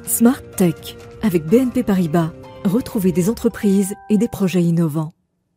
Smart Tech, avec BNP Paribas. Retrouvez des entreprises et des projets innovants.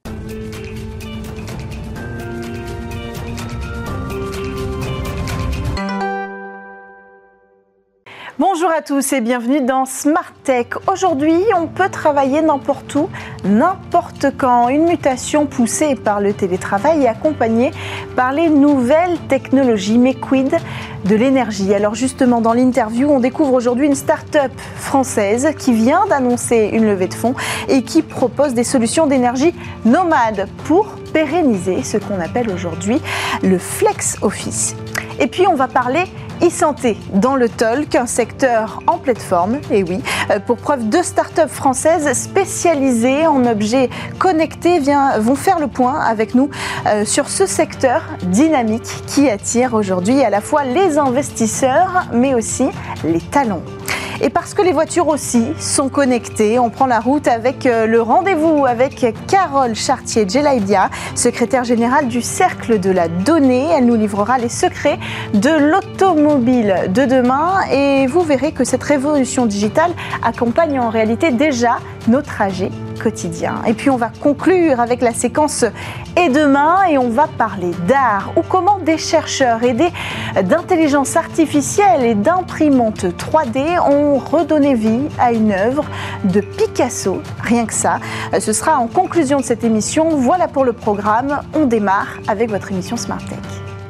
Bonjour à tous et bienvenue dans Smart Tech. Aujourd'hui, on peut travailler n'importe où, n'importe quand. Une mutation poussée par le télétravail et accompagnée par les nouvelles technologies. Mais quid de l'énergie? Alors justement, dans l'interview, on découvre aujourd'hui une start-up française qui vient d'annoncer une levée de fonds et qui propose des solutions d'énergie nomade pour pérenniser ce qu'on appelle aujourd'hui le flex office. Et puis, on va parler e-santé dans le talk, un secteur en pleine forme, et oui, pour preuve, 2 startups françaises spécialisées en objets connectés vont faire le point avec nous sur ce secteur dynamique qui attire aujourd'hui à la fois les investisseurs, mais aussi les talents. Et parce que les voitures aussi sont connectées, on prend la route avec le rendez-vous avec Carole Chartier-Djelaïbia, secrétaire générale du Cercle de la Donnée. Elle nous livrera les secrets de l'automobile de demain et vous verrez que cette révolution digitale accompagne en réalité déjà nos trajets quotidiens. Et puis on va conclure avec la séquence Et demain et on va parler d'art ou comment des chercheurs aidés d'intelligence artificielle et d'imprimantes 3D ont redonné vie à une œuvre de Picasso. Rien que ça. Ce sera en conclusion de cette émission. Voilà pour le programme. On démarre avec votre émission Smart Tech.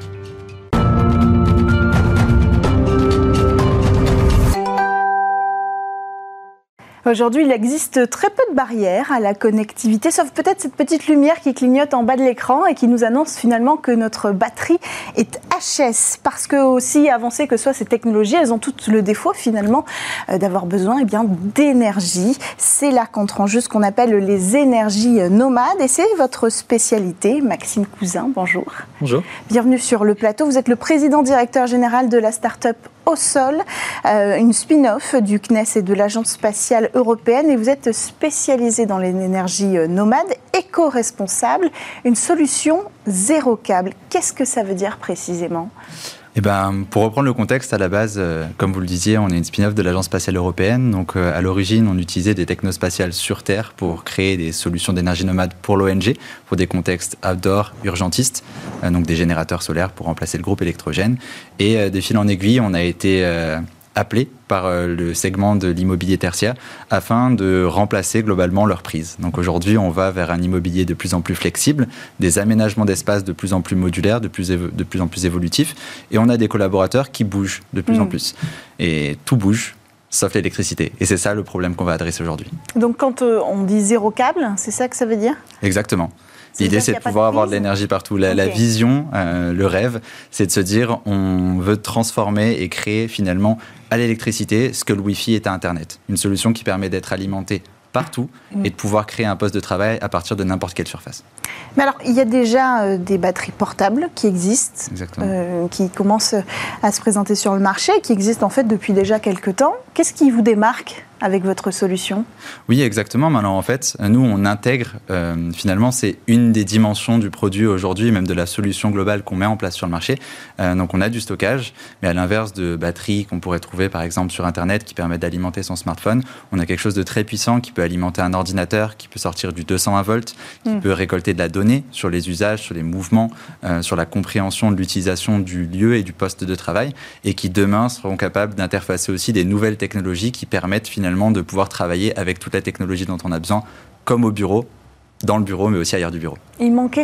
Aujourd'hui, il existe très peu de barrières à la connectivité, sauf peut-être cette petite lumière qui clignote en bas de l'écran et qui nous annonce finalement que notre batterie est HS. Parce que, aussi avancées que soient ces technologies, elles ont toutes le défaut finalement d'avoir besoin d'énergie. C'est là qu'entre en jeu ce qu'on appelle les énergies nomades et c'est votre spécialité. Maxime Cousin, bonjour. Bonjour. Bienvenue sur le plateau. Vous êtes le président directeur général de la start-up Au Sol, une spin-off du CNES et de l'Agence spatiale européenne et vous êtes spécialisé dans l'énergie nomade, éco-responsable, une solution zéro câble. Qu'est-ce que ça veut dire précisément ? Pour reprendre le contexte, à la base, comme vous le disiez, on est une spin-off de l'Agence spatiale européenne. Donc, à l'origine, on utilisait des technospatiales sur Terre pour créer des solutions d'énergie nomade pour l'ONG, pour des contextes outdoor, urgentistes, donc des générateurs solaires pour remplacer le groupe électrogène. Et de fil en aiguille, on a été appelé par le segment de l'immobilier tertiaire afin de remplacer globalement leur prise. Donc aujourd'hui, on va vers un immobilier de plus en plus flexible, des aménagements d'espace de plus en plus modulaires, de plus en plus évolutifs, et on a des collaborateurs qui bougent de plus en plus. Et tout bouge, sauf l'électricité. Et c'est ça le problème qu'on va adresser aujourd'hui. Donc quand on dit zéro câble, c'est ça que ça veut dire ? Exactement. L'idée, c'est de pouvoir avoir de l'énergie partout. La vision, le rêve, c'est de se dire on veut transformer et créer finalement à l'électricité ce que le Wi-Fi est à Internet. Une solution qui permet d'être alimentée partout et de pouvoir créer un poste de travail à partir de n'importe quelle surface. Mais alors, il y a déjà des batteries portables qui existent, qui commencent à se présenter sur le marché, qui existent en fait depuis déjà quelques temps. Qu'est-ce qui vous démarque avec votre solution ? Oui, exactement. Maintenant, en fait, nous, on intègre, finalement, c'est une des dimensions du produit aujourd'hui, même de la solution globale qu'on met en place sur le marché. Donc, on a du stockage, mais à l'inverse de batteries qu'on pourrait trouver, par exemple, sur Internet, qui permettent d'alimenter son smartphone, on a quelque chose de très puissant qui peut alimenter un ordinateur, qui peut sortir du 220 volts, qui peut récolter de la donnée sur les usages, sur les mouvements, sur la compréhension de l'utilisation du lieu et du poste de travail, et qui, demain, seront capables d'interfacer aussi des nouvelles technologies qui permettent finalement de pouvoir travailler avec toute la technologie dont on a besoin, comme au bureau, dans le bureau, mais aussi ailleurs du bureau. Il manquait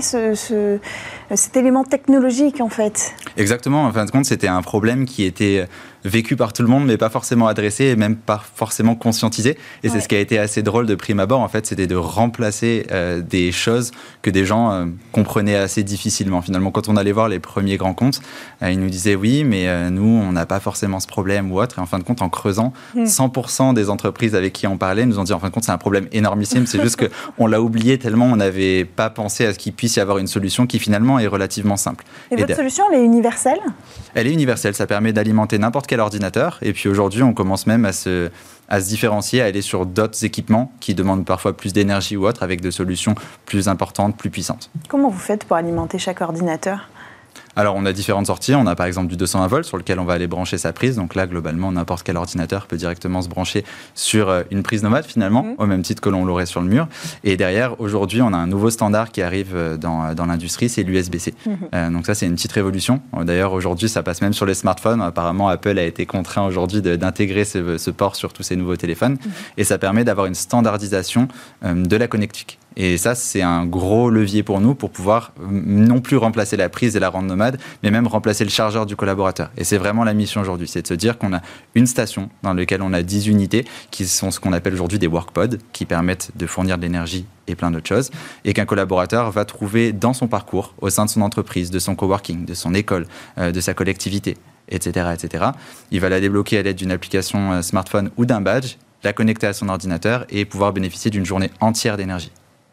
cet élément technologique, en fait. Exactement. En fin de compte, c'était un problème qui était vécu par tout le monde, mais pas forcément adressé et même pas forcément conscientisé. Et c'est ce qui a été assez drôle de prime abord, en fait, c'était de remplacer des choses que des gens comprenaient assez difficilement. Finalement, quand on allait voir les premiers grands comptes, ils nous disaient oui, mais nous, on n'a pas forcément ce problème ou autre. Et en fin de compte, en creusant, 100% des entreprises avec qui on parlait nous ont dit en fin de compte, c'est un problème énormissime. C'est juste qu'on l'a oublié tellement on n'avait pas pensé à ce qu'il puisse y avoir une solution qui finalement est relativement simple. Et votre solution, elle est universelle ? Elle est universelle, ça permet d'alimenter n'importe quel ordinateur. Et puis aujourd'hui, on commence même à se différencier, à aller sur d'autres équipements qui demandent parfois plus d'énergie ou autre, avec des solutions plus importantes, plus puissantes. Comment vous faites pour alimenter chaque ordinateur ? Alors, on a différentes sorties. On a par exemple du 220 volts sur lequel on va aller brancher sa prise. Donc là, globalement, n'importe quel ordinateur peut directement se brancher sur une prise nomade finalement, au même titre que l'on l'aurait sur le mur. Et derrière, aujourd'hui, on a un nouveau standard qui arrive dans l'industrie, c'est l'USB-C. Donc ça, c'est une petite révolution. D'ailleurs, aujourd'hui, ça passe même sur les smartphones. Apparemment, Apple a été contraint aujourd'hui d'intégrer ce port sur tous ces nouveaux téléphones. Et ça permet d'avoir une standardisation de la connectique. Et ça, c'est un gros levier pour nous pour pouvoir non plus remplacer la prise et la rendre nomade, mais même remplacer le chargeur du collaborateur. Et c'est vraiment la mission aujourd'hui, c'est de se dire qu'on a une station dans laquelle on a 10 unités qui sont ce qu'on appelle aujourd'hui des workpods, qui permettent de fournir de l'énergie et plein d'autres choses, et qu'un collaborateur va trouver dans son parcours, au sein de son entreprise, de son coworking, de son école, de sa collectivité, etc., etc. Il va la débloquer à l'aide d'une application smartphone ou d'un badge, la connecter à son ordinateur et pouvoir bénéficier d'une journée entière d'énergie.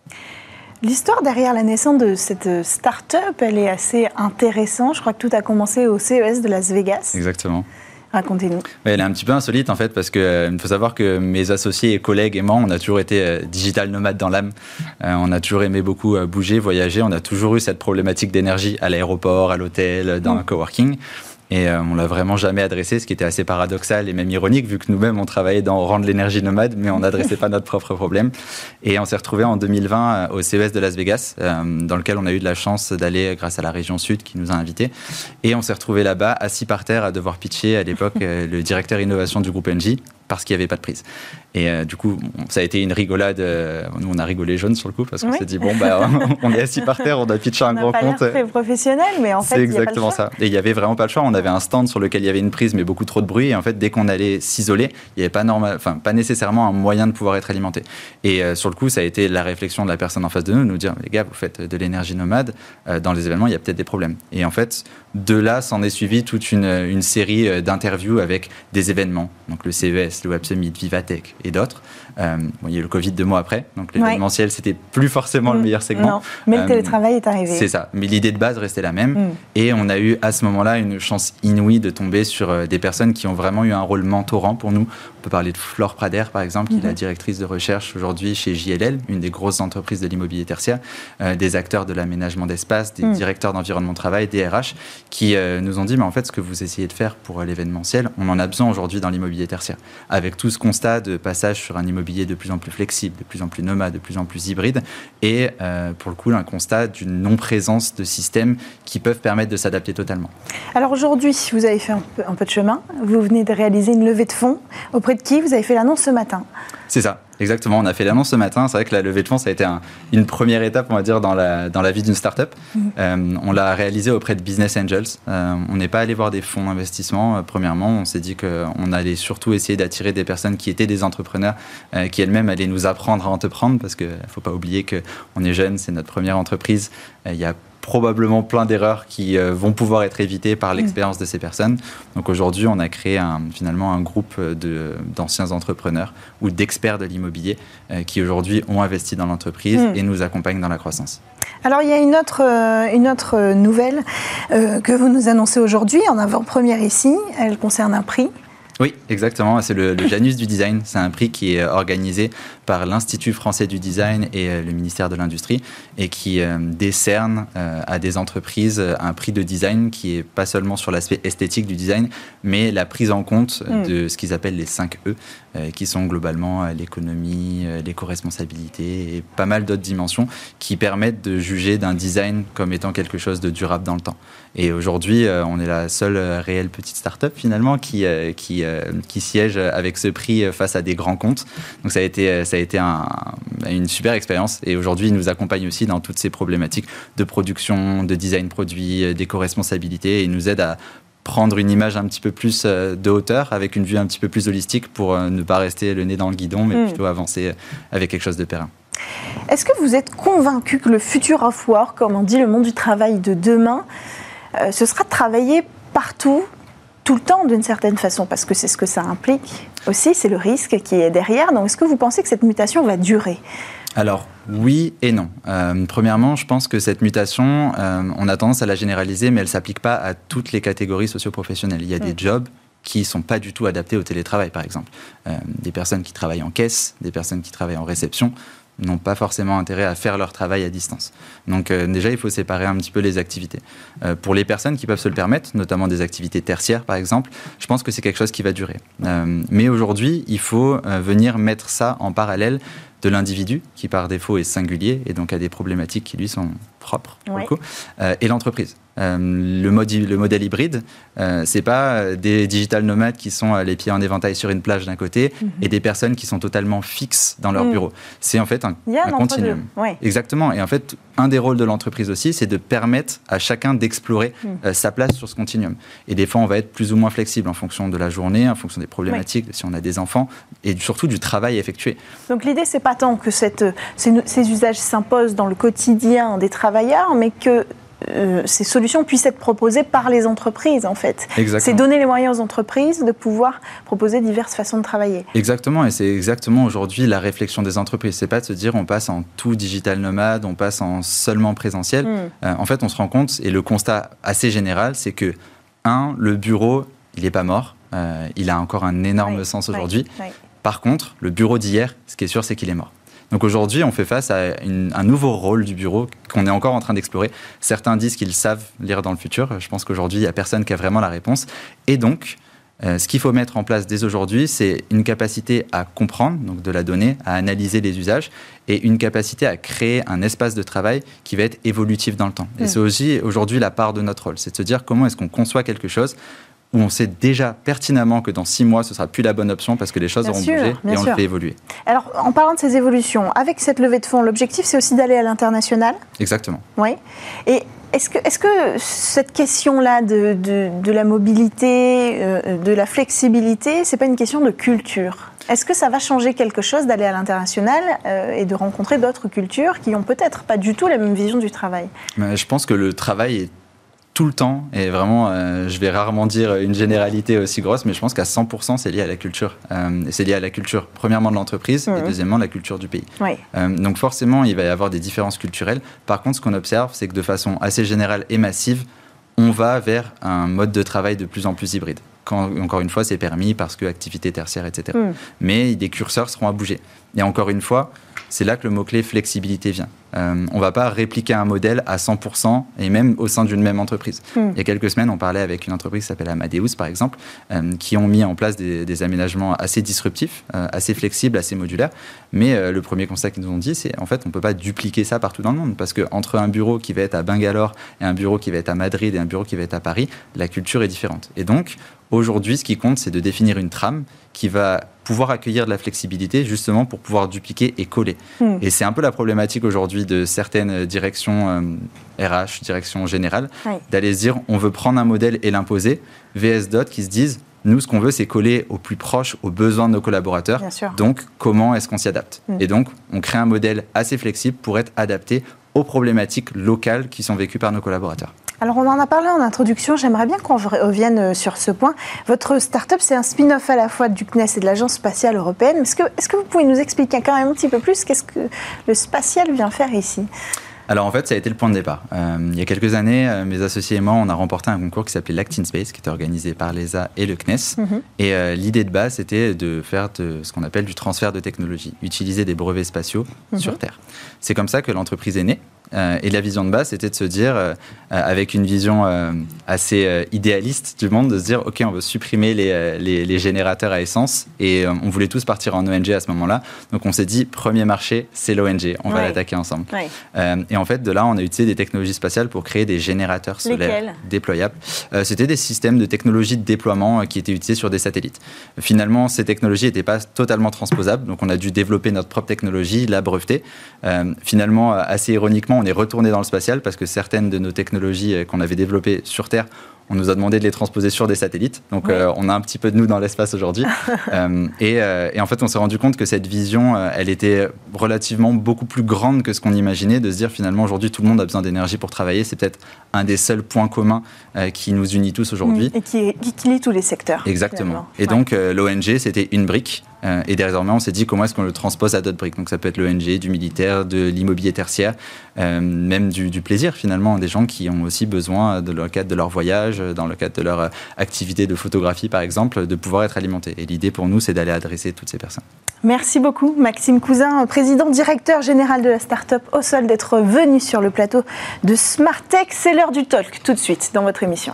L'histoire derrière la naissance de cette start-up, elle est assez intéressante. Je crois que tout a commencé au CES de Las Vegas. Exactement. Racontez-nous. Elle est un petit peu insolite en fait parce qu'il faut savoir que mes associés et collègues et moi, on a toujours été digital nomades dans l'âme. On a toujours aimé beaucoup bouger, voyager. On a toujours eu cette problématique d'énergie à l'aéroport, à l'hôtel, dans un coworking. Et on l'a vraiment jamais adressé, ce qui était assez paradoxal et même ironique, vu que nous-mêmes, on travaillait dans rendre l'énergie nomade, mais on n'adressait pas notre propre problème. Et on s'est retrouvé en 2020 au CES de Las Vegas, dans lequel on a eu de la chance d'aller grâce à la région Sud qui nous a invités. Et on s'est retrouvé là-bas, assis par terre, à devoir pitcher à l'époque le directeur innovation du groupe Engie, parce qu'il n'y avait pas de prise. Et du coup, ça a été une rigolade. Nous, on a rigolé jaune sur le coup, parce qu'on s'est dit, bon, on est assis par terre, on a pitché un grand compte. On n'a pas l'air très professionnel, mais en fait, c'est il n'y a pas le exactement choix. ça. Et il n'y avait vraiment pas le choix. On avait un stand sur lequel il y avait une prise, mais beaucoup trop de bruit. Et en fait, dès qu'on allait s'isoler, il n'y avait pas nécessairement un moyen de pouvoir être alimenté. Et sur le coup, ça a été la réflexion de la personne en face de nous dire, les gars, vous faites de l'énergie nomade. Dans les événements, il y a peut-être des problèmes. Et en fait, de là, s'en est suivi toute une série d'interviews avec des événements. Donc le CES, le Web Summit, Vivatech et d'autres. Il y a eu le Covid 2 mois après, donc l'événementiel, c'était plus forcément le meilleur segment. Non, mais le télétravail est arrivé. C'est ça, mais l'idée de base restait la même. Et on a eu à ce moment-là une chance inouïe de tomber sur des personnes qui ont vraiment eu un rôle mentorant pour nous. On peut parler de Flore Prader, par exemple, qui est la directrice de recherche aujourd'hui chez JLL, une des grosses entreprises de l'immobilier tertiaire, des acteurs de l'aménagement d'espace, des directeurs d'environnement de travail, des RH, qui nous ont dit, mais en fait, ce que vous essayez de faire pour l'événementiel, on en a besoin aujourd'hui dans l'immobilier tertiaire. Avec tout ce constat de passage sur un immobilier de plus en plus flexible, de plus en plus nomade, de plus en plus hybride, et pour le coup, un constat d'une non-présence de systèmes qui peuvent permettre de s'adapter totalement. Alors aujourd'hui, vous avez fait un peu de chemin, vous venez de réaliser une levée de fonds. Auprès de qui? Vous avez fait l'annonce ce matin. C'est ça, exactement. On a fait l'annonce ce matin. C'est vrai que la levée de fonds, ça a été une première étape, on va dire, dans la vie d'une start-up. On l'a réalisée auprès de Business Angels. On n'est pas allé voir des fonds d'investissement. Premièrement, on s'est dit qu'on allait surtout essayer d'attirer des personnes qui étaient des entrepreneurs, qui elles-mêmes allaient nous apprendre à entreprendre, parce qu'il ne faut pas oublier qu'on est jeune, c'est notre première entreprise. Il y a probablement plein d'erreurs qui vont pouvoir être évitées par l'expérience de ces personnes. Donc aujourd'hui, on a créé finalement un groupe d'anciens entrepreneurs ou d'experts de l'immobilier qui aujourd'hui ont investi dans l'entreprise et nous accompagnent dans la croissance. Alors il y a une autre nouvelle que vous nous annoncez aujourd'hui en avant-première ici. Elle concerne un prix. Oui, exactement. C'est le Janus du design. C'est un prix qui est organisé par l'Institut français du design et le ministère de l'Industrie et qui décerne à des entreprises un prix de design qui est pas seulement sur l'aspect esthétique du design, mais la prise en compte de ce qu'ils appellent les 5 E, qui sont globalement l'économie, l'éco-responsabilité et pas mal d'autres dimensions qui permettent de juger d'un design comme étant quelque chose de durable dans le temps. Et aujourd'hui, on est la seule réelle petite start-up finalement qui siège avec ce prix face à des grands comptes. Donc ça a été une super expérience. Et aujourd'hui, il nous accompagne aussi dans toutes ces problématiques de production, de design produit, d'éco-responsabilité. Et il nous aide à prendre une image un petit peu plus de hauteur, avec une vue un petit peu plus holistique pour ne pas rester le nez dans le guidon, mais plutôt avancer avec quelque chose de périn. Est-ce que vous êtes convaincu que le future of work, comme on dit, le monde du travail de demain, ce sera de travailler partout, tout le temps d'une certaine façon, parce que c'est ce que ça implique aussi, c'est le risque qui est derrière. Donc est-ce que vous pensez que cette mutation va durer ? Alors oui et non. Premièrement, je pense que cette mutation, on a tendance à la généraliser, mais elle ne s'applique pas à toutes les catégories socio-professionnelles. Il y a des jobs qui ne sont pas du tout adaptés au télétravail, par exemple. Des personnes qui travaillent en caisse, des personnes qui travaillent en réception. n'ont pas forcément intérêt à faire leur travail à distance. Donc déjà, il faut séparer un petit peu les activités. Pour les personnes qui peuvent se le permettre, notamment des activités tertiaires par exemple, je pense que c'est quelque chose qui va durer. Mais aujourd'hui, il faut venir mettre ça en parallèle de l'individu, qui par défaut est singulier et donc a des problématiques qui lui sont propres, pour le coup, et l'entreprise. Le modèle hybride, c'est pas des digital nomades qui sont les pieds en éventail sur une plage d'un côté et des personnes qui sont totalement fixes dans leur bureau. C'est en fait un continuum. Exactement. Et en fait, un des rôles de l'entreprise aussi, c'est de permettre à chacun d'explorer sa place sur ce continuum. Et des fois, on va être plus ou moins flexible en fonction de la journée, en fonction des problématiques, si on a des enfants, et surtout du travail effectué. Donc l'idée, c'est pas tant que ces usages s'imposent dans le quotidien des travailleurs, mais que ces solutions puissent être proposées par les entreprises, en fait. Exactement. C'est donner les moyens aux entreprises de pouvoir proposer diverses façons de travailler. Exactement, et c'est exactement aujourd'hui la réflexion des entreprises. C'est pas de se dire on passe en tout digital nomade, on passe en seulement présentiel. En fait, on se rend compte, et le constat assez général, c'est que, le bureau, il n'est pas mort. Il a encore un énorme sens aujourd'hui. Par contre, le bureau d'hier, ce qui est sûr, c'est qu'il est mort. Donc aujourd'hui, on fait face à un nouveau rôle du bureau qu'on est encore en train d'explorer. Certains disent qu'ils savent lire dans le futur. Je pense qu'aujourd'hui, il n'y a personne qui a vraiment la réponse. Et donc, ce qu'il faut mettre en place dès aujourd'hui, c'est une capacité à comprendre, donc de la donnée, à analyser les usages, et une capacité à créer un espace de travail qui va être évolutif dans le temps. Et c'est aussi aujourd'hui la part de notre rôle. C'est de se dire comment est-ce qu'on conçoit quelque chose où on sait déjà pertinemment que dans 6 mois, ce ne sera plus la bonne option parce que les choses auront bougé et on le fait évoluer. Alors, en parlant de ces évolutions, avec cette levée de fonds, l'objectif, c'est aussi d'aller à l'international ? Exactement. Oui. Et est-ce que cette question-là de la mobilité, de la flexibilité, ce n'est pas une question de culture ? Est-ce que ça va changer quelque chose d'aller à l'international et de rencontrer d'autres cultures qui n'ont peut-être pas du tout la même vision du travail ? Je pense que le travail est tout le temps, et vraiment, je vais rarement dire une généralité aussi grosse, mais je pense qu'à 100%, c'est lié à la culture. Et c'est lié à la culture, premièrement, de l'entreprise, et deuxièmement, la culture du pays. Donc forcément, il va y avoir des différences culturelles. Par contre, ce qu'on observe, c'est que de façon assez générale et massive, on va vers un mode de travail de plus en plus hybride. Encore une fois, c'est permis parce que activité tertiaire, etc. Mais des curseurs seront à bouger. Et encore une fois, c'est là que le mot-clé flexibilité vient. On ne va pas répliquer un modèle à 100% et même au sein d'une même entreprise. Il y a quelques semaines, on parlait avec une entreprise qui s'appelle Amadeus, par exemple, qui ont mis en place des aménagements assez disruptifs, assez flexibles, assez modulaires. Mais le premier constat qu'ils nous ont dit, c'est en fait, on ne peut pas dupliquer ça partout dans le monde parce qu'entre un bureau qui va être à Bangalore et un bureau qui va être à Madrid et un bureau qui va être à Paris, la culture est différente. Et donc, aujourd'hui, ce qui compte, c'est de définir une trame qui va pouvoir accueillir de la flexibilité justement pour pouvoir dupliquer et coller. Et c'est un peu la problématique aujourd'hui de certaines directions RH, direction générale, d'aller se dire on veut prendre un modèle et l'imposer, VS d'autres qui se disent nous, ce qu'on veut, c'est coller au plus proche aux besoins de nos collaborateurs. Donc, comment est-ce qu'on s'y adapte ? Et donc, on crée un modèle assez flexible pour être adapté aux problématiques locales qui sont vécues par nos collaborateurs. Alors, on en a parlé en introduction. J'aimerais bien qu'on revienne sur ce point. Votre start-up, c'est un spin-off à la fois du CNES et de l'Agence spatiale européenne. Est-ce que vous pouvez nous expliquer quand même un petit peu plus qu'est-ce que le spatial vient faire ici ? Alors en fait, ça a été le point de départ. Il y a quelques années, mes associés et moi, on a remporté un concours qui s'appelait l'Act in Space, qui était organisé par l'ESA et le CNES. Et l'idée de base, c'était de faire ce qu'on appelle du transfert de technologie, utiliser des brevets spatiaux sur Terre. C'est comme ça que l'entreprise est née. Et la vision de base, c'était de se dire, avec une vision assez idéaliste du monde, de se dire, OK, on veut supprimer les générateurs à essence. Et on voulait tous partir en ONG à ce moment-là. Donc on s'est dit, premier marché, c'est l'ONG. On va l'attaquer ensemble. Et en fait, de là, on a utilisé des technologies spatiales pour créer des générateurs solaires déployables. C'était des systèmes de technologie de déploiement qui étaient utilisés sur des satellites. Finalement, ces technologies n'étaient pas totalement transposables. Donc on a dû développer notre propre technologie, la breveter. Finalement, assez ironiquement, on est retourné dans le spatial parce que certaines de nos technologies qu'on avait développées sur Terre, on nous a demandé de les transposer sur des satellites. Donc, on a un petit peu de nous dans l'espace aujourd'hui. Et en fait, on s'est rendu compte que cette vision, elle était relativement beaucoup plus grande que ce qu'on imaginait, de se dire finalement, aujourd'hui, tout le monde a besoin d'énergie pour travailler. C'est peut-être un des seuls points communs qui nous unit tous aujourd'hui. Et qui lie tous les secteurs. Exactement. Et donc, l'ONG, c'était une brique Et désormais, on s'est dit comment est-ce qu'on le transpose à d'autres briques. Donc ça peut être l'ONG, du militaire, de l'immobilier tertiaire, même du plaisir finalement, des gens qui ont aussi besoin, dans le cadre de leur voyage, dans le cadre de leur activité de photographie par exemple, de pouvoir être alimentés. Et l'idée pour nous, c'est d'aller adresser toutes ces personnes. Merci beaucoup Maxime Cousin, président directeur général de la start-up Osol, d'être venu sur le plateau de Smartech. C'est l'heure du talk tout de suite dans votre émission.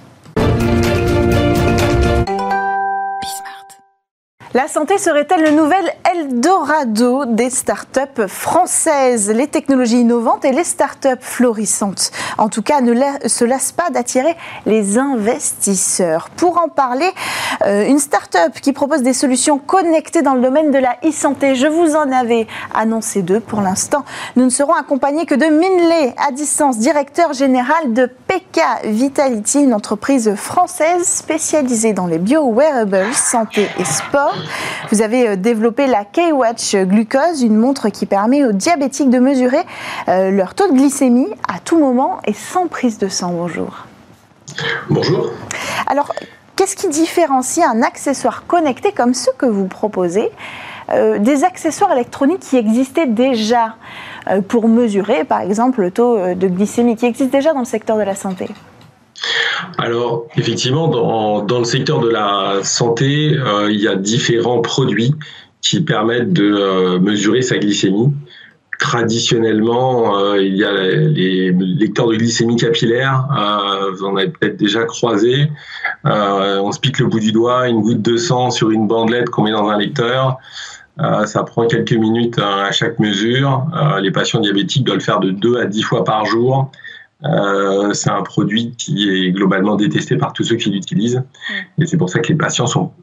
La santé serait-elle le nouvel Eldorado des startups françaises? Les technologies innovantes et les startups florissantes, en tout cas, ne se lassent pas d'attirer les investisseurs. Pour en parler, une startup qui propose des solutions connectées dans le domaine de la e-santé. Je vous en avais annoncé 2 pour l'instant. Nous ne serons accompagnés que de Minley à distance, directeur général de PK Vitality, une entreprise française spécialisée dans les bio-wearables, santé et sport. Vous avez développé la K-Watch Glucose, une montre qui permet aux diabétiques de mesurer leur taux de glycémie à tout moment et sans prise de sang. Bonjour. Bonjour. Alors, qu'est-ce qui différencie un accessoire connecté comme ceux que vous proposez des accessoires électroniques qui existaient déjà pour mesurer, par exemple, le taux de glycémie, qui existe déjà dans le secteur de la santé? Alors, effectivement, dans le secteur de la santé, il y a différents produits qui permettent de mesurer sa glycémie. Traditionnellement, il y a les lecteurs de glycémie capillaire, vous en avez peut-être déjà croisé. On se pique le bout du doigt, une goutte de sang sur une bandelette qu'on met dans un lecteur. Ça prend quelques minutes à chaque mesure. Les patients diabétiques doivent le faire de 2 à 10 fois par jour. C'est un produit qui est globalement détesté par tous ceux qui l'utilisent, et c'est pour ça que les patients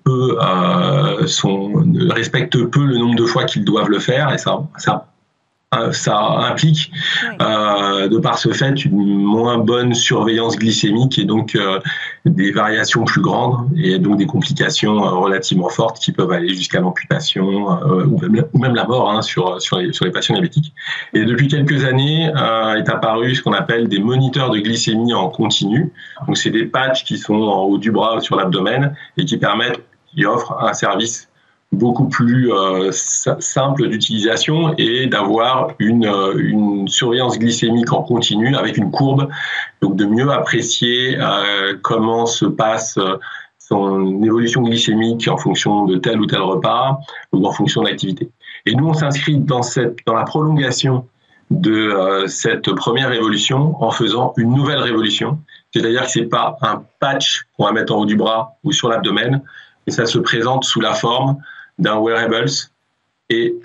respectent peu le nombre de fois qu'ils doivent le faire, et ça implique, de par ce fait, une moins bonne surveillance glycémique et donc des variations plus grandes et donc des complications relativement fortes qui peuvent aller jusqu'à l'amputation ou même la mort sur les patients diabétiques. Et depuis quelques années est apparu ce qu'on appelle des moniteurs de glycémie en continu. Donc c'est des patchs qui sont en haut du bras ou sur l'abdomen et qui offrent un service beaucoup plus simple d'utilisation et d'avoir une surveillance glycémique en continu avec une courbe, donc de mieux apprécier comment se passe son évolution glycémique en fonction de tel ou tel repas ou en fonction de l'activité. Et nous, on s'inscrit dans la prolongation de cette première révolution en faisant une nouvelle révolution, c'est-à-dire que c'est pas un patch qu'on va mettre en haut du bras ou sur l'abdomen, mais ça se présente sous la forme d'un wearables et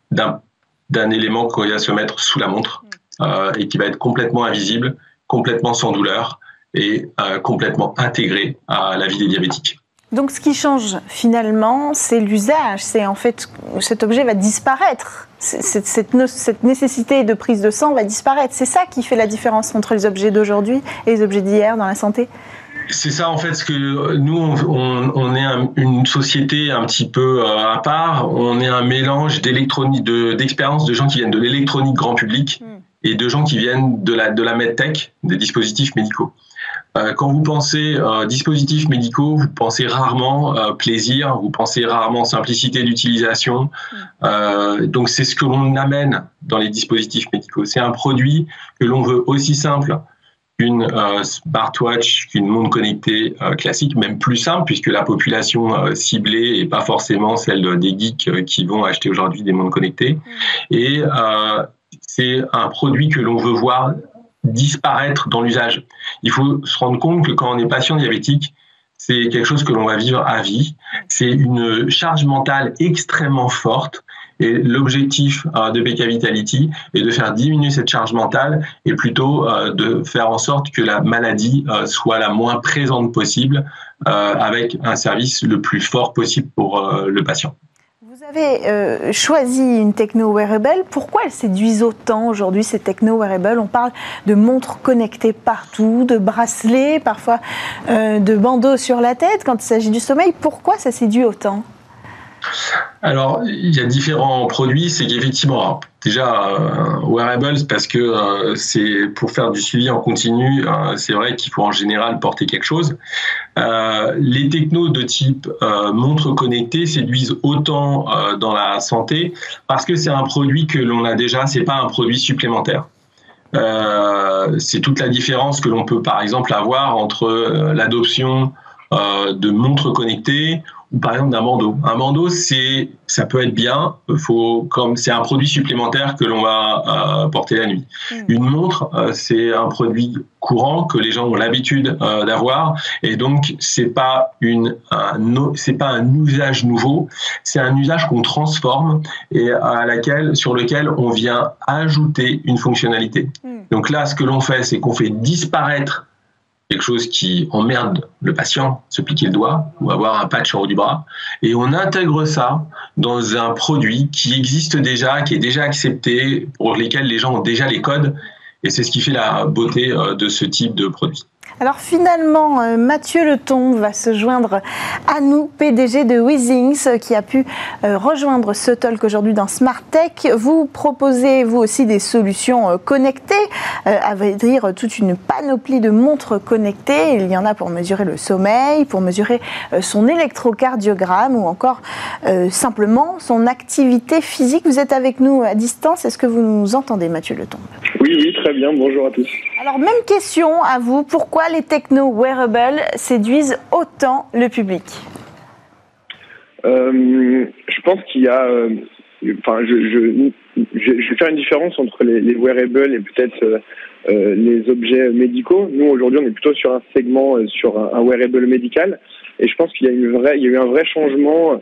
d'un élément qu'on va se mettre sous la montre et qui va être complètement invisible, complètement sans douleur et complètement intégré à la vie des diabétiques. Donc ce qui change finalement, c'est l'usage, c'est en fait cet objet va disparaître, cette nécessité de prise de sang va disparaître. C'est ça qui fait la différence entre les objets d'aujourd'hui et les objets d'hier dans la santé? C'est ça en fait, ce que nous on est une société un petit peu à part. On est un mélange d'expériences de gens qui viennent de l'électronique grand public et de gens qui viennent de la medtech, des dispositifs médicaux. Quand vous pensez dispositifs médicaux, vous pensez rarement plaisir, vous pensez rarement simplicité d'utilisation. Donc c'est ce que l'on amène dans les dispositifs médicaux. C'est un produit que l'on veut aussi simple qu'une smartwatch, qu'une montre connectée classique, même plus simple, puisque la population ciblée n'est pas forcément celle des geeks qui vont acheter aujourd'hui des montres connectées. Et c'est un produit que l'on veut voir disparaître dans l'usage. Il faut se rendre compte que quand on est patient diabétique, c'est quelque chose que l'on va vivre à vie. C'est une charge mentale extrêmement forte. Et l'objectif de PK Vitality est de faire diminuer cette charge mentale et plutôt de faire en sorte que la maladie soit la moins présente possible avec un service le plus fort possible pour le patient. Vous avez choisi une techno wearable. Pourquoi elles séduisent autant aujourd'hui, ces techno wearables? On parle de montres connectées partout, de bracelets, parfois de bandeaux sur la tête quand il s'agit du sommeil. Pourquoi ça séduit autant? Alors, il y a différents produits. C'est qu'effectivement, déjà, wearables, parce que c'est pour faire du suivi en continu, c'est vrai qu'il faut en général porter quelque chose. Les technos de type montre connectée séduisent autant dans la santé parce que c'est un produit que l'on a déjà, c'est pas un produit supplémentaire. C'est toute la différence que l'on peut, par exemple, avoir entre l'adoption de montres connectées ou par exemple d'un bandeau. Un bandeau, ça peut être bien, comme c'est un produit supplémentaire que l'on va porter la nuit. Une montre, c'est un produit courant que les gens ont l'habitude d'avoir, et donc c'est pas un usage nouveau, c'est un usage qu'on transforme et sur lequel on vient ajouter une fonctionnalité. Donc là, ce que l'on fait, c'est qu'on fait disparaître quelque chose qui emmerde le patient, se piquer le doigt ou avoir un patch en haut du bras, et on intègre ça dans un produit qui existe déjà, qui est déjà accepté, pour lesquels les gens ont déjà les codes, et c'est ce qui fait la beauté de ce type de produit. Alors finalement, Mathieu Letombe va se joindre à nous, PDG de Weezings, qui a pu rejoindre ce talk aujourd'hui dans Smart Tech. Vous proposez, vous aussi, des solutions connectées, à vrai dire toute une panoplie de montres connectées. Il y en a pour mesurer le sommeil, pour mesurer son électrocardiogramme ou encore simplement son activité physique. Vous êtes avec nous à distance. Est-ce que vous nous entendez, Mathieu Letombe ? Oui, très bien. Bonjour à tous. Alors, même question à vous. Pourquoi les techno-wearables séduisent autant le public ? Je pense qu'il y a... je vais faire une différence entre les wearables et peut-être les objets médicaux. Nous, aujourd'hui, on est plutôt sur un segment, sur un wearable médical. Et je pense qu'il y a eu un vrai changement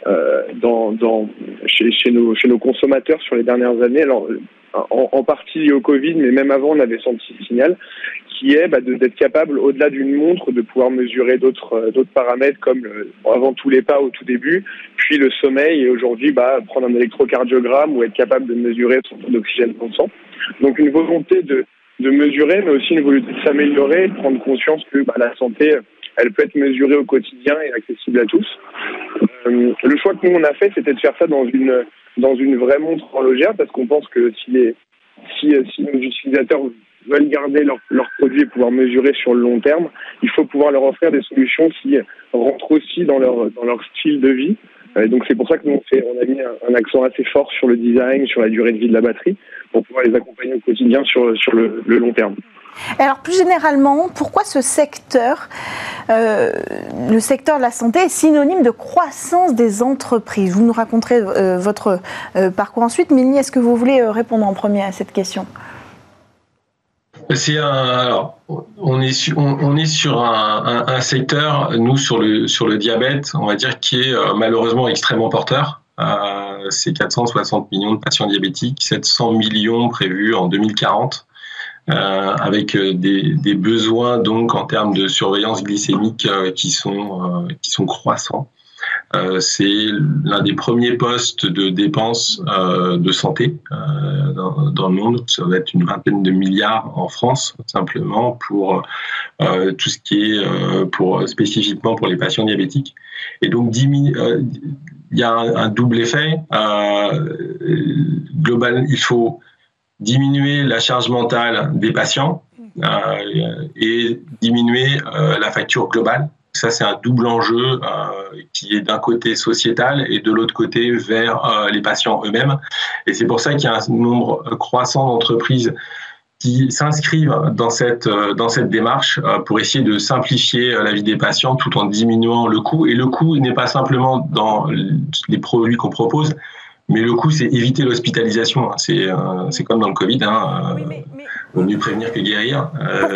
chez nos consommateurs sur les dernières années. Alors, en partie lié au Covid, mais même avant, on avait senti ce signal, qui est d'être capable, au-delà d'une montre, de pouvoir mesurer d'autres paramètres, comme avant tous les pas au tout début, puis le sommeil, et aujourd'hui, prendre un électrocardiogramme ou être capable de mesurer son taux d'oxygène dans le sang. Donc une volonté de mesurer, mais aussi une volonté de s'améliorer, de prendre conscience que la santé, elle peut être mesurée au quotidien et accessible à tous. Le choix que nous on a fait, c'était de faire ça dans une vraie montre horlogère, parce qu'on pense que si nos utilisateurs veulent garder leurs produits et pouvoir mesurer sur le long terme, il faut pouvoir leur offrir des solutions qui rentrent aussi dans leur style de vie. Donc c'est pour ça que nous on a mis un accent assez fort sur le design, sur la durée de vie de la batterie, pour pouvoir les accompagner au quotidien sur le long terme. Alors plus généralement, pourquoi ce secteur, le secteur de la santé, est synonyme de croissance des entreprises ? Vous nous raconterez votre parcours ensuite. Mélanie, est-ce que vous voulez répondre en premier à cette question ? On est sur un secteur, nous sur le diabète, on va dire, qui est malheureusement extrêmement porteur. C'est 460 millions de patients diabétiques, 700 millions prévus en 2040. Avec des besoins donc en termes de surveillance glycémique qui sont croissants. C'est l'un des premiers postes de dépenses de santé dans le monde. Ça va être une vingtaine de milliards en France simplement pour tout ce qui est spécifiquement pour les patients diabétiques. Et donc il y a un double effet global. Il faut diminuer la charge mentale des patients et diminuer la facture globale. Ça, c'est un double enjeu qui est d'un côté sociétal et de l'autre côté vers les patients eux-mêmes. Et c'est pour ça qu'il y a un nombre croissant d'entreprises qui s'inscrivent dans cette démarche pour essayer de simplifier la vie des patients tout en diminuant le coût. Et le coût n'est pas simplement dans les produits qu'on propose, mais le coût, c'est éviter l'hospitalisation. C'est comme dans le Covid. Vaut mieux prévenir que guérir.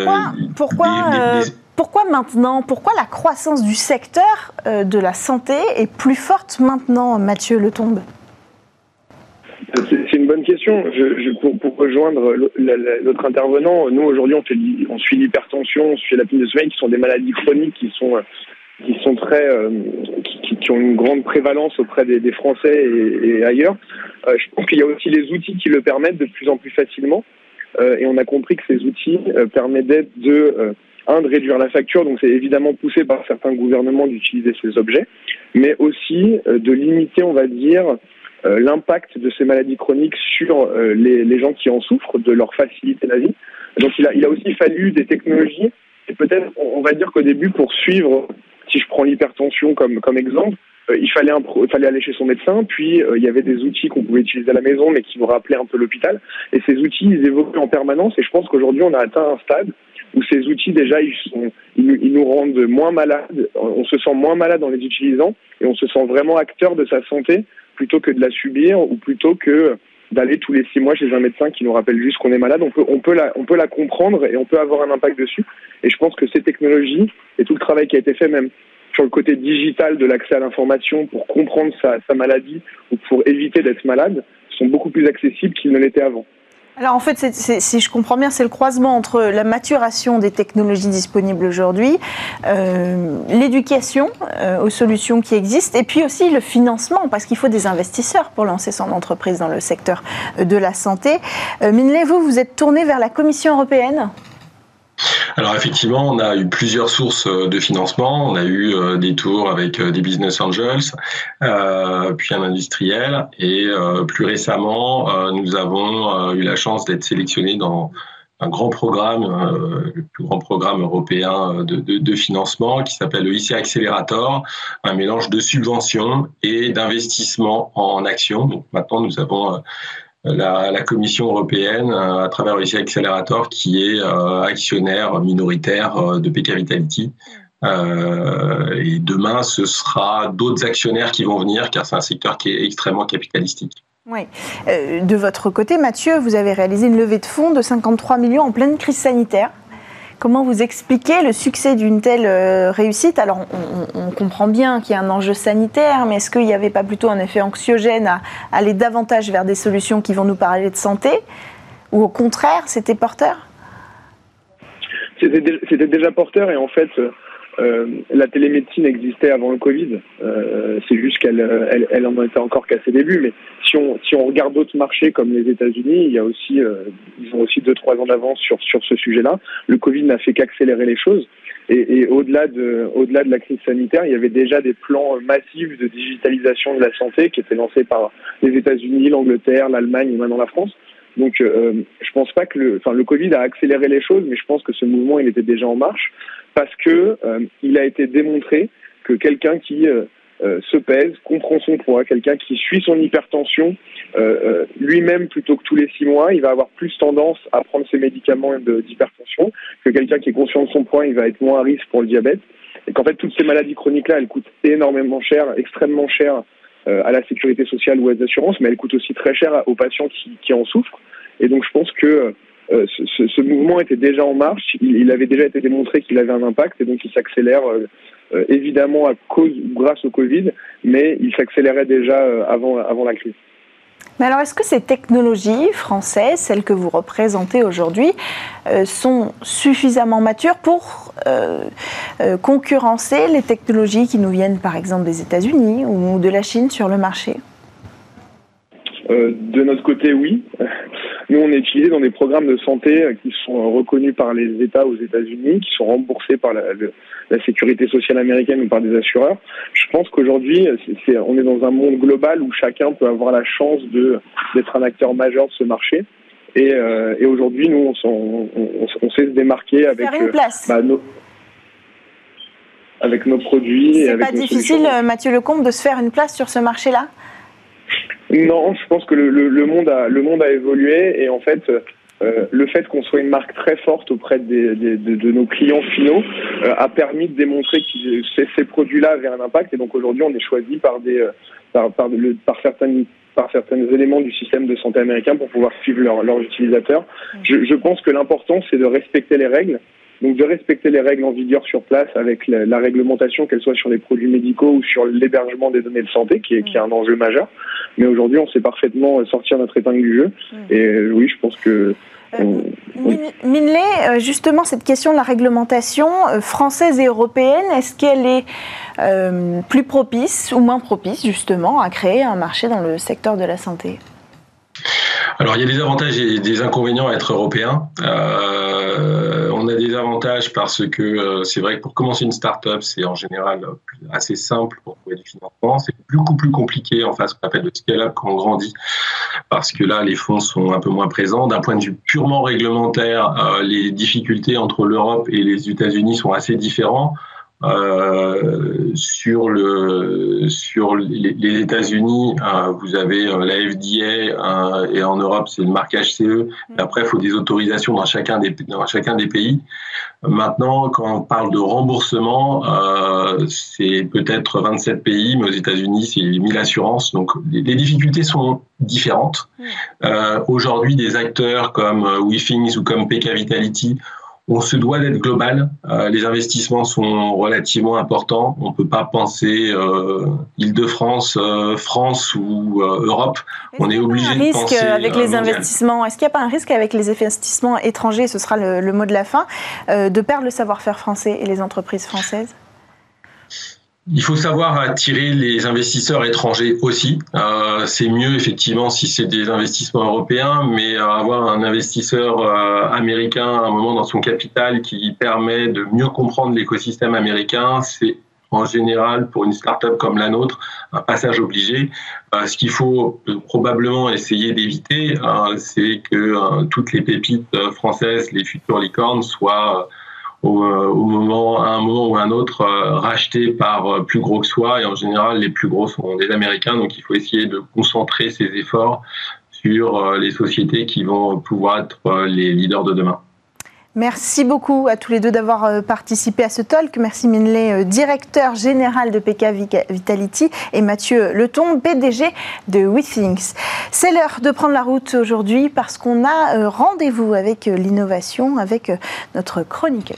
Pourquoi maintenant ? Pourquoi la croissance du secteur de la santé est plus forte maintenant, Mathieu Letombe ? C'est une bonne question. Pour rejoindre l'autre intervenant, nous aujourd'hui on suit l'hypertension, on suit l'apnée de sommeil, qui sont des maladies chroniques qui sont très qui ont une grande prévalence auprès des Français et ailleurs. Je pense qu'il y a aussi les outils qui le permettent de plus en plus facilement. Et on a compris que ces outils permettaient de réduire la facture, donc c'est évidemment poussé par certains gouvernements d'utiliser ces objets, mais aussi de limiter, on va dire, l'impact de ces maladies chroniques sur les gens qui en souffrent, de leur faciliter la vie. Donc il a aussi fallu des technologies, et peut-être on va dire qu'au début, pour suivre, si je prends l'hypertension comme exemple, il fallait aller chez son médecin, puis il y avait des outils qu'on pouvait utiliser à la maison, mais qui vous rappelaient un peu l'hôpital. Et ces outils, ils évoluent en permanence, et je pense qu'aujourd'hui, on a atteint un stade où ces outils, déjà, ils nous rendent moins malades, on se sent moins malade en les utilisant, et on se sent vraiment acteur de sa santé, plutôt que de la subir, ou plutôt que d'aller tous les 6 mois chez un médecin qui nous rappelle juste qu'on est malade. On peut la comprendre, et on peut avoir un impact dessus. Et je pense que ces technologies, et tout le travail qui a été fait même sur le côté digital de l'accès à l'information pour comprendre sa maladie ou pour éviter d'être malade, sont beaucoup plus accessibles qu'ils ne l'étaient avant. Alors en fait, si je comprends bien, c'est le croisement entre la maturation des technologies disponibles aujourd'hui, l'éducation aux solutions qui existent, et puis aussi le financement, parce qu'il faut des investisseurs pour lancer son entreprise dans le secteur de la santé. Minley, vous êtes tourné vers la Commission européenne ? Alors effectivement, on a eu plusieurs sources de financement. On a eu des tours avec des business angels, puis un industriel, et plus récemment, nous avons eu la chance d'être sélectionnés dans un grand programme, le plus grand programme européen de financement qui s'appelle le ICA Accelerator, un mélange de subventions et d'investissements en actions. Donc maintenant, nous avons la Commission européenne, à travers le ICA Accelerator, qui est actionnaire minoritaire de PK Vitality. Et demain, ce sera d'autres actionnaires qui vont venir, car c'est un secteur qui est extrêmement capitalistique. Oui. De votre côté, Mathieu, vous avez réalisé une levée de fonds de 53 millions en pleine crise sanitaire. Comment vous expliquez le succès d'une telle réussite ? Alors, on comprend bien qu'il y a un enjeu sanitaire, mais est-ce qu'il n'y avait pas plutôt un effet anxiogène à aller davantage vers des solutions qui vont nous parler de santé ? Ou au contraire, c'était porteur ? C'était déjà porteur, et en fait, la télémédecine existait avant le Covid. C'est juste qu'elle en était encore qu'à ses débuts. Mais si on regarde d'autres marchés comme les États-Unis, il y a aussi, ils ont aussi 2-3 ans d'avance sur ce sujet-là. Le Covid n'a fait qu'accélérer les choses. Et au-delà de la crise sanitaire, il y avait déjà des plans massifs de digitalisation de la santé qui étaient lancés par les États-Unis, l'Angleterre, l'Allemagne et maintenant la France. Donc, je pense pas que le Covid a accéléré les choses, mais je pense que ce mouvement, il était déjà en marche, parce que il a été démontré que quelqu'un qui se pèse, comprend son poids, quelqu'un qui suit son hypertension lui-même plutôt que tous les 6 mois, il va avoir plus tendance à prendre ses médicaments d'hypertension, que quelqu'un qui est conscient de son poids, il va être moins à risque pour le diabète, et qu'en fait, toutes ces maladies chroniques-là, elles coûtent énormément cher, extrêmement cher à la sécurité sociale ou aux assurances, mais elles coûtent aussi très cher aux patients qui en souffrent. Et donc je pense que ce mouvement était déjà en marche, il avait déjà été démontré qu'il avait un impact, et donc il s'accélère évidemment grâce au Covid, mais il s'accélérait déjà avant la crise. Mais alors, est-ce que ces technologies françaises, celles que vous représentez aujourd'hui, sont suffisamment matures pour concurrencer les technologies qui nous viennent par exemple des États-Unis ou de la Chine sur le marché ? De notre côté, oui. Nous, on est utilisé dans des programmes de santé qui sont reconnus par les États aux États-Unis, qui sont remboursés par la sécurité sociale américaine ou par des assureurs. Je pense qu'aujourd'hui, on est dans un monde global où chacun peut avoir la chance d'être un acteur majeur de ce marché. Et aujourd'hui, nous, on sait se démarquer avec avec nos produits. C'est pas difficile, Mathieu Lecombe, de se faire une place sur ce marché-là ? Non, je pense que le monde a évolué, et en fait, le fait qu'on soit une marque très forte auprès de nos clients finaux a permis de démontrer que ces produits-là avaient un impact, et donc aujourd'hui on est choisi par certains éléments du système de santé américain pour pouvoir suivre leurs utilisateurs. Je pense que l'important, c'est de respecter les règles. Donc de respecter les règles en vigueur sur place avec la réglementation, qu'elle soit sur les produits médicaux ou sur l'hébergement des données de santé, qui est un enjeu majeur. Mais aujourd'hui, on sait parfaitement sortir notre épingle du jeu. Et oui, je pense que... Minley, justement, cette question de la réglementation française et européenne, est-ce qu'elle est plus propice ou moins propice, justement, à créer un marché dans le secteur de la santé ? Alors, il y a des avantages et des inconvénients à être européen. on a des avantages parce que c'est vrai que pour commencer une start-up, c'est en général assez simple pour trouver du financement. C'est beaucoup plus compliqué en face qu'on appelle le scale-up quand on grandit, parce que là, les fonds sont un peu moins présents. D'un point de vue purement réglementaire, les difficultés entre l'Europe et les États-Unis sont assez différentes. Sur les États-Unis, vous avez la FDA et en Europe c'est le marquage CE. Et après, il faut des autorisations dans chacun des pays. Maintenant, quand on parle de remboursement, c'est peut-être 27 pays, mais aux États-Unis c'est 1000 assurances. Donc les difficultés sont différentes. Aujourd'hui, des acteurs comme WeThings ou comme PK Vitality, on se doit d'être global. Les investissements sont relativement importants. On ne peut pas penser Île-de-France, France ou Europe. On est obligé de penser avec les investissements. Est-ce qu'il n'y a pas un risque avec les investissements étrangers, ce sera le mot de la fin, de perdre le savoir-faire français et les entreprises françaises ? Il faut savoir attirer les investisseurs étrangers aussi. C'est mieux effectivement si c'est des investissements européens, mais avoir un investisseur américain à un moment dans son capital qui permet de mieux comprendre l'écosystème américain, c'est en général pour une start-up comme la nôtre un passage obligé. Ce qu'il faut probablement essayer d'éviter, c'est que toutes les pépites françaises, les futures licornes, soient à un moment ou un autre rachetés par plus gros que soi, et en général les plus gros sont des Américains, donc il faut essayer de concentrer ses efforts sur les sociétés qui vont pouvoir être les leaders de demain. Merci beaucoup à tous les deux d'avoir participé à ce talk. Merci Minley, directeur général de PK Vitality, et Mathieu Leton, PDG de WeThings. C'est l'heure de prendre la route aujourd'hui parce qu'on a rendez-vous avec l'innovation, avec notre chroniqueuse.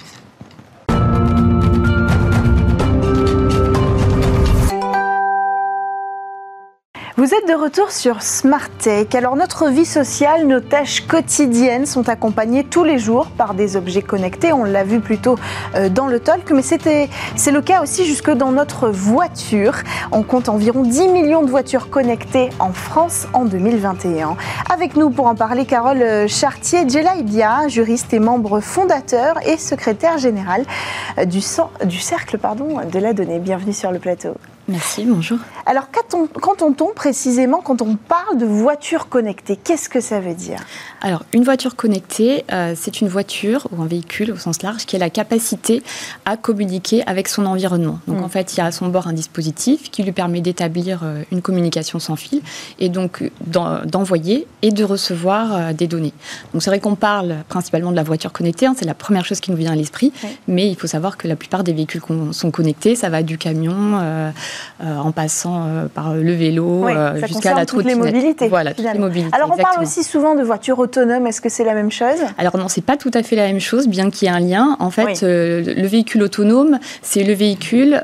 Vous êtes de retour sur Smart Tech. Alors notre vie sociale, nos tâches quotidiennes sont accompagnées tous les jours par des objets connectés. On l'a vu plus tôt dans le talk, mais c'est le cas aussi jusque dans notre voiture. On compte environ 10 millions de voitures connectées en France en 2021. Avec nous pour en parler, Carole Chartier-Djelaïbia, juriste et membre fondateur et secrétaire général du Cercle de la Donnée. Bienvenue sur le plateau. Merci, bonjour. Alors, qu'entend-on précisément quand on parle de voiture connectée ? Qu'est-ce que ça veut dire ? Alors, une voiture connectée, c'est une voiture ou un véhicule au sens large qui a la capacité à communiquer avec son environnement. Donc, en fait, il y a à son bord un dispositif qui lui permet d'établir une communication sans fil et donc d'envoyer et de recevoir des données. Donc, c'est vrai qu'on parle principalement de la voiture connectée, c'est la première chose qui nous vient à l'esprit, mais il faut savoir que la plupart des véhicules sont connectés, ça va du camion en passant par le vélo jusqu'à la trottinette. Toutes les mobilités. Voilà, toutes les mobilités. Alors, on parle aussi souvent de voitures autonomes. Est-ce que c'est la même chose ? Alors non, c'est pas tout à fait la même chose, bien qu'il y ait un lien. En fait, le véhicule autonome, c'est le véhicule.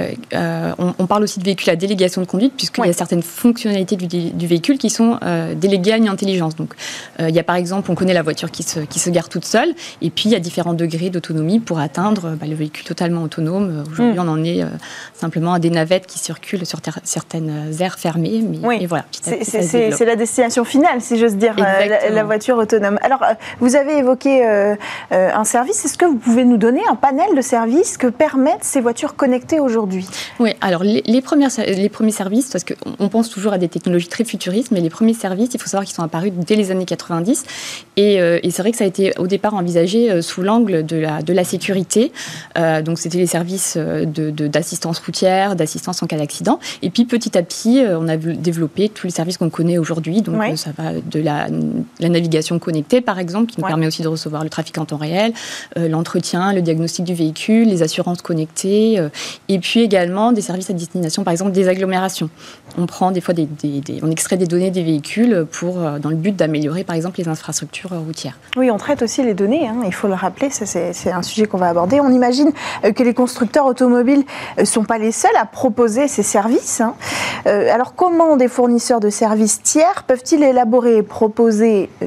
On parle aussi de véhicule à délégation de conduite, puisqu'il y a certaines fonctionnalités du véhicule qui sont déléguées à une intelligence. Donc, il y a par exemple, on connaît la voiture qui se gare toute seule, et puis il y a différents degrés d'autonomie pour atteindre le véhicule totalement autonome. Aujourd'hui, on en est simplement à des navettes qui circulent sur certaines aires fermées. Mais et voilà, c'est la destination finale, si j'ose dire, la voiture autonome. Alors, vous avez évoqué un service. Est-ce que vous pouvez nous donner un panel de services que permettent ces voitures connectées aujourd'hui ? Oui, alors les premiers services, parce qu'on pense toujours à des technologies très futuristes, mais les premiers services, il faut savoir qu'ils sont apparus dès les années 90. Et c'est vrai que ça a été au départ envisagé sous l'angle de la sécurité. Donc, c'était les services d'assistance routière, d'assistance en cas d'accident. Et puis, petit à petit, on a développé tous les services qu'on connaît aujourd'hui. Donc, ça va de la navigation connectée, par exemple, qui nous permet aussi de recevoir le trafic en temps réel, l'entretien, le diagnostic du véhicule, les assurances connectées, et puis également des services à destination, par exemple, des agglomérations. On prend des fois on extrait des données des véhicules dans le but d'améliorer, par exemple, les infrastructures routières. Oui, on traite aussi les données, il faut le rappeler, ça, c'est un sujet qu'on va aborder. On imagine que les constructeurs automobiles ne sont pas les seuls à proposer ces services. Alors, comment des fournisseurs de services tiers peuvent-ils élaborer et proposer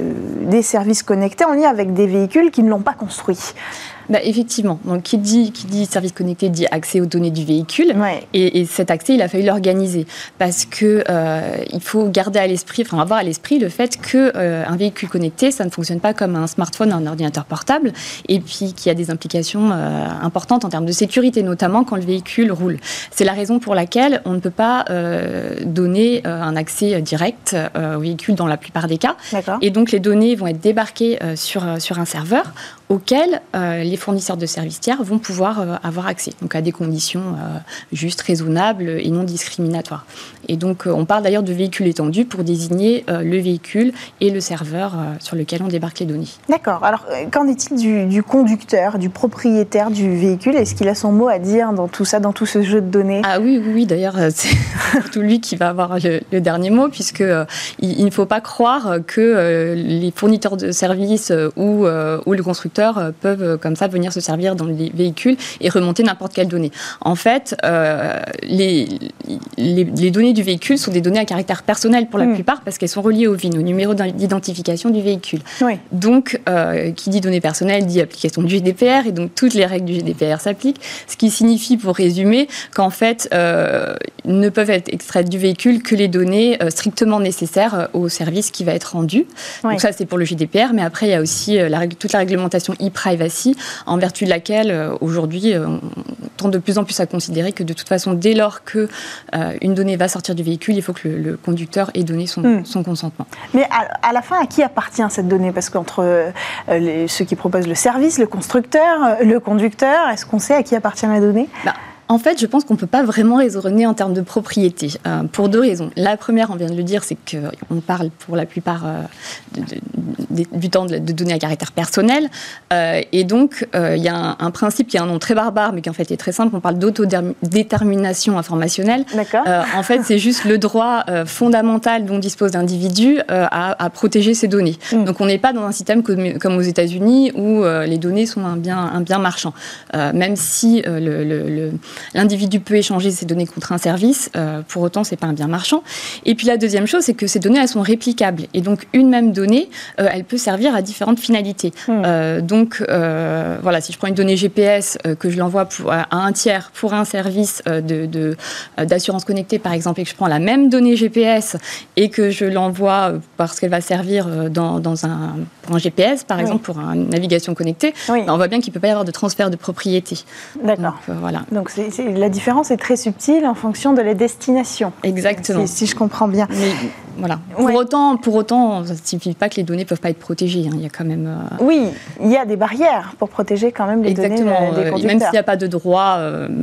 des services connectés en lien avec des véhicules qui ne l'ont pas construit. Effectivement. Donc, qui dit service connecté dit accès aux données du véhicule. Ouais. Et cet accès, il a fallu l'organiser parce que il faut garder à l'esprit, avoir à l'esprit le fait que un véhicule connecté, ça ne fonctionne pas comme un smartphone, un ordinateur portable, et puis qu'il y a des implications importantes en termes de sécurité, notamment quand le véhicule roule. C'est la raison pour laquelle on ne peut pas donner un accès direct au véhicule dans la plupart des cas. D'accord. Et donc, les données vont être débarquées sur un serveur auquel les fournisseurs de services tiers vont pouvoir avoir accès, donc à des conditions justes, raisonnables et non discriminatoires. Et donc, on parle d'ailleurs de véhicule étendu pour désigner le véhicule et le serveur sur lequel on débarque les données. D'accord. Alors, qu'en est-il du conducteur, du propriétaire du véhicule? Est-ce qu'il a son mot à dire dans tout ça, dans tout ce jeu de données? Ah oui, d'ailleurs, c'est surtout lui qui va avoir le dernier mot, puisque il ne faut pas croire que les fournisseurs de services ou le constructeur peuvent comme ça venir se servir dans les véhicules et remonter n'importe quelle donnée. En fait, les données du véhicule sont des données à caractère personnel pour la plupart parce qu'elles sont reliées au VIN, au numéro d'identification du véhicule. Oui. Donc, qui dit données personnelles dit application du GDPR et donc toutes les règles du GDPR s'appliquent, ce qui signifie, pour résumer, qu'en fait, ne peuvent être extraites du véhicule que les données strictement nécessaires au service qui va être rendu. Oui. Donc ça, c'est pour le GDPR, mais après, il y a aussi toute la réglementation e-privacy, en vertu de laquelle, aujourd'hui, on tend de plus en plus à considérer que, de toute façon, dès lors qu'une donnée va sortir du véhicule, il faut que le conducteur ait donné son consentement. Mais à la fin, à qui appartient cette donnée? Parce qu'entre ceux qui proposent le service, le constructeur, le conducteur, est-ce qu'on sait à qui appartient la donnée? En fait, je pense qu'on ne peut pas vraiment raisonner en termes de propriété, pour deux raisons. La première, on vient de le dire, c'est qu'on parle pour la plupart du temps de données à caractère personnel. Et donc, il y a un principe qui a un nom très barbare, mais qui en fait est très simple. On parle d'autodétermination informationnelle. D'accord. En fait, c'est juste le droit fondamental dont dispose l'individu à protéger ses données. Donc, on n'est pas dans un système comme aux États-Unis où les données sont un bien marchand. Même si l'individu peut échanger ses données contre un service, pour autant, ce n'est pas un bien marchand. Et puis la deuxième chose, c'est que ces données, elles sont réplicables. Et donc, une même donnée, elle peut servir à différentes finalités. Donc, voilà, si je prends une donnée GPS, que je l'envoie à un tiers pour un service d'assurance connectée, par exemple, et que je prends la même donnée GPS et que je l'envoie parce qu'elle va servir pour un GPS, par exemple, pour une navigation connectée, on voit bien qu'il ne peut pas y avoir de transfert de propriété. D'accord. Donc, voilà. Donc, la différence est très subtile en fonction de la destination. Exactement. Si je comprends bien. Mais, voilà. Pour autant, ça ne signifie pas que les données ne peuvent pas être protégées. Il y a quand même... Oui, il y a des barrières pour protéger quand même les données des conducteurs. Même s'il n'y a pas de droit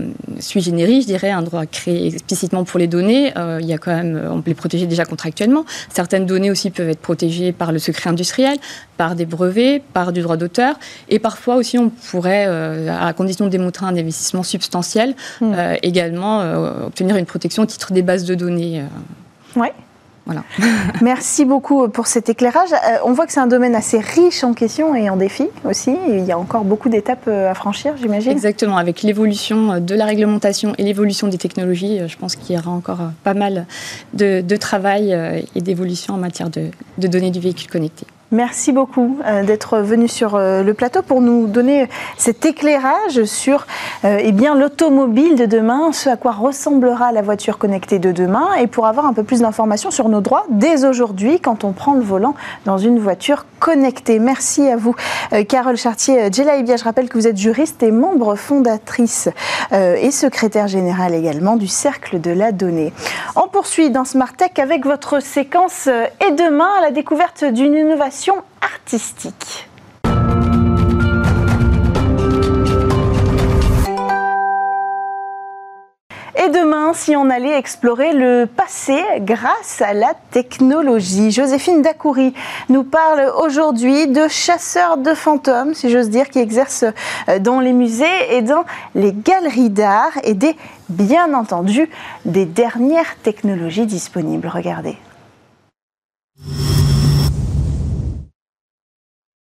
sui generis, je dirais, un droit créé explicitement pour les données, il y a quand même, on peut les protéger déjà contractuellement. Certaines données aussi peuvent être protégées par le secret industriel, par des brevets, par du droit d'auteur. Et parfois aussi, on pourrait, à condition de démontrer un investissement substantiel, également obtenir une protection au titre des bases de données. Oui. Voilà. Merci beaucoup pour cet éclairage. On voit que c'est un domaine assez riche en questions et en défis aussi. Il y a encore beaucoup d'étapes à franchir, j'imagine. Exactement. Avec l'évolution de la réglementation et l'évolution des technologies, je pense qu'il y aura encore pas mal de travail et d'évolution en matière de données du véhicule connecté. Merci beaucoup d'être venu sur le plateau pour nous donner cet éclairage sur l'automobile de demain, ce à quoi ressemblera la voiture connectée de demain, et pour avoir un peu plus d'informations sur nos droits dès aujourd'hui quand on prend le volant dans une voiture connectée. Merci à vous, Carole Chartier-Djelaïbia. Je rappelle que vous êtes juriste et membre fondatrice et secrétaire générale également du Cercle de la Donnée. On poursuit dans Smart Tech avec votre séquence Et demain, à la découverte d'une innovation artistique. Et demain, si on allait explorer le passé grâce à la technologie. Joséphine Dacoury nous parle aujourd'hui de chasseurs de fantômes, si j'ose dire, qui exercent dans les musées et dans les galeries d'art et bien entendu, des dernières technologies disponibles. Regardez.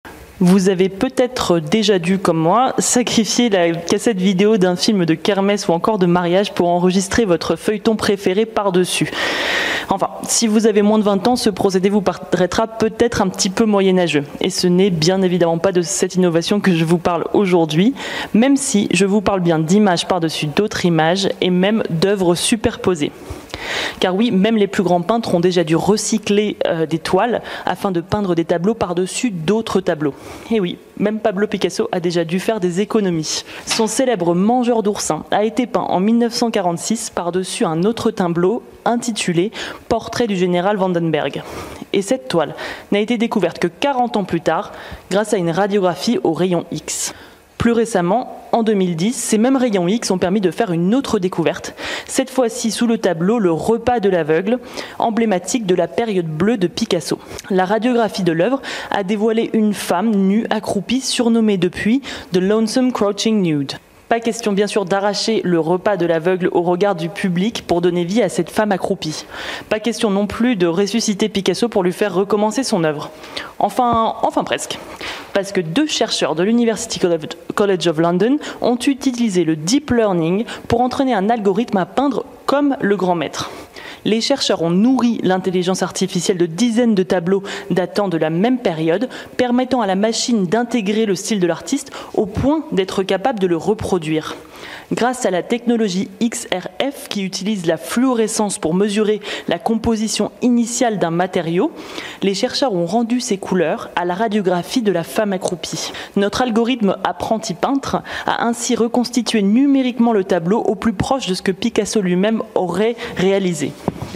Vous avez peut-être déjà dû, comme moi, sacrifier la cassette vidéo d'un film de kermesse ou encore de mariage pour enregistrer votre feuilleton préféré par-dessus. Enfin, si vous avez moins de 20 ans, ce procédé vous paraîtra peut-être un petit peu moyenâgeux. Et ce n'est bien évidemment pas de cette innovation que je vous parle aujourd'hui, même si je vous parle bien d'images par-dessus d'autres images et même d'œuvres superposées. Car oui, même les plus grands peintres ont déjà dû recycler des toiles afin de peindre des tableaux par-dessus d'autres tableaux. Et oui, même Pablo Picasso a déjà dû faire des économies. Son célèbre Mangeur d'oursins a été peint en 1946 par-dessus un autre tableau intitulé Portrait du général Vandenberg. Et cette toile n'a été découverte que 40 ans plus tard grâce à une radiographie au rayon X. Plus récemment, en 2010, ces mêmes rayons X ont permis de faire une autre découverte, cette fois-ci sous le tableau Le repas de l'aveugle, emblématique de la période bleue de Picasso. La radiographie de l'œuvre a dévoilé une femme nue accroupie surnommée depuis The Lonesome Crouching Nude. Pas question bien sûr d'arracher le repas de l'aveugle au regard du public pour donner vie à cette femme accroupie. Pas question non plus de ressusciter Picasso pour lui faire recommencer son œuvre. Enfin presque. Parce que 2 chercheurs de l'University College of London ont utilisé le deep learning pour entraîner un algorithme à peindre comme le grand maître. Les chercheurs ont nourri l'intelligence artificielle de dizaines de tableaux datant de la même période, permettant à la machine d'intégrer le style de l'artiste au point d'être capable de le reproduire. Grâce à la technologie XRF qui utilise la fluorescence pour mesurer la composition initiale d'un matériau, les chercheurs ont rendu ces couleurs à la radiographie de la femme accroupie. Notre algorithme apprenti peintre a ainsi reconstitué numériquement le tableau au plus proche de ce que Picasso lui-même aurait réalisé.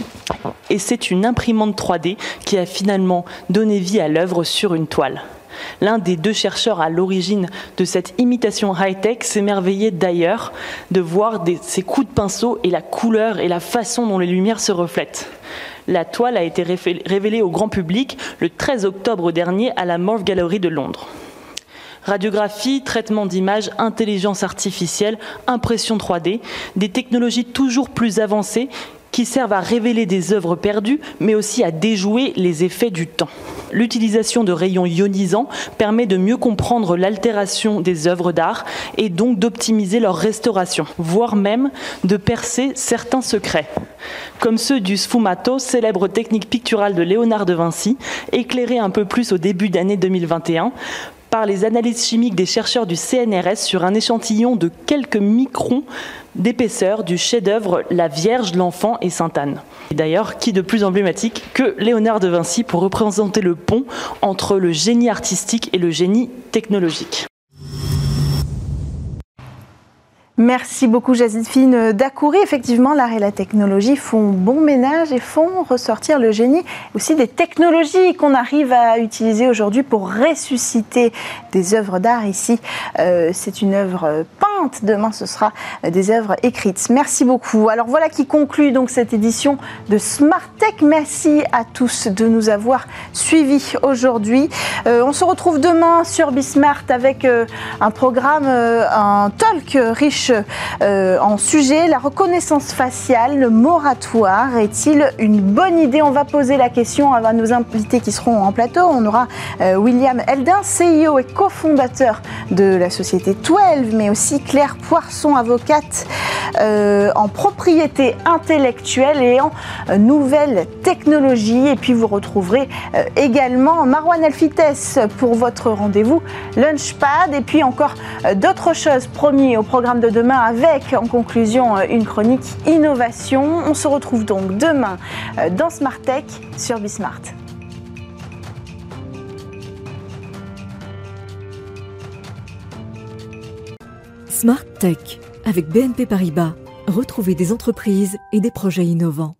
Et c'est une imprimante 3D qui a finalement donné vie à l'œuvre sur une toile. L'un des 2 chercheurs à l'origine de cette imitation high-tech s'émerveillait d'ailleurs de voir ces coups de pinceau et la couleur et la façon dont les lumières se reflètent. La toile a été révélée au grand public le 13 octobre dernier à la Morph Gallery de Londres. Radiographie, traitement d'images, intelligence artificielle, impression 3D, des technologies toujours plus avancées qui servent à révéler des œuvres perdues, mais aussi à déjouer les effets du temps. L'utilisation de rayons ionisants permet de mieux comprendre l'altération des œuvres d'art et donc d'optimiser leur restauration, voire même de percer certains secrets, comme ceux du sfumato, célèbre technique picturale de Léonard de Vinci, éclairée un peu plus au début d'année 2021, par les analyses chimiques des chercheurs du CNRS sur un échantillon de quelques microns d'épaisseur du chef-d'œuvre La Vierge, l'Enfant et Sainte-Anne. Et d'ailleurs, qui de plus emblématique que Léonard de Vinci pour représenter le pont entre le génie artistique et le génie technologique. Merci beaucoup Joséphine Dacoury. Effectivement, l'art et la technologie font bon ménage et font ressortir le génie, aussi des technologies qu'on arrive à utiliser aujourd'hui pour ressusciter des œuvres d'art. Ici, c'est une œuvre peinte. Demain, ce sera des œuvres écrites. Merci beaucoup. Alors voilà qui conclut donc cette édition de Smart Tech. Merci à tous de nous avoir suivis aujourd'hui. On se retrouve demain sur Bismart avec un programme, un talk riche en sujet, la reconnaissance faciale, le moratoire est-il une bonne idée? On va poser la question à nos invités qui seront en plateau. On aura William Eldin, CEO et cofondateur de la société 12, mais aussi Claire Poisson, avocate en propriété intellectuelle et en nouvelles technologies. Et puis vous retrouverez également Marwan Elfites pour votre rendez-vous Lunchpad. Et puis encore d'autres choses promis au programme de demain avec en conclusion une chronique innovation. On se retrouve donc demain dans Smart Tech sur Bismart. Smart Tech avec BNP Paribas. Retrouvez des entreprises et des projets innovants.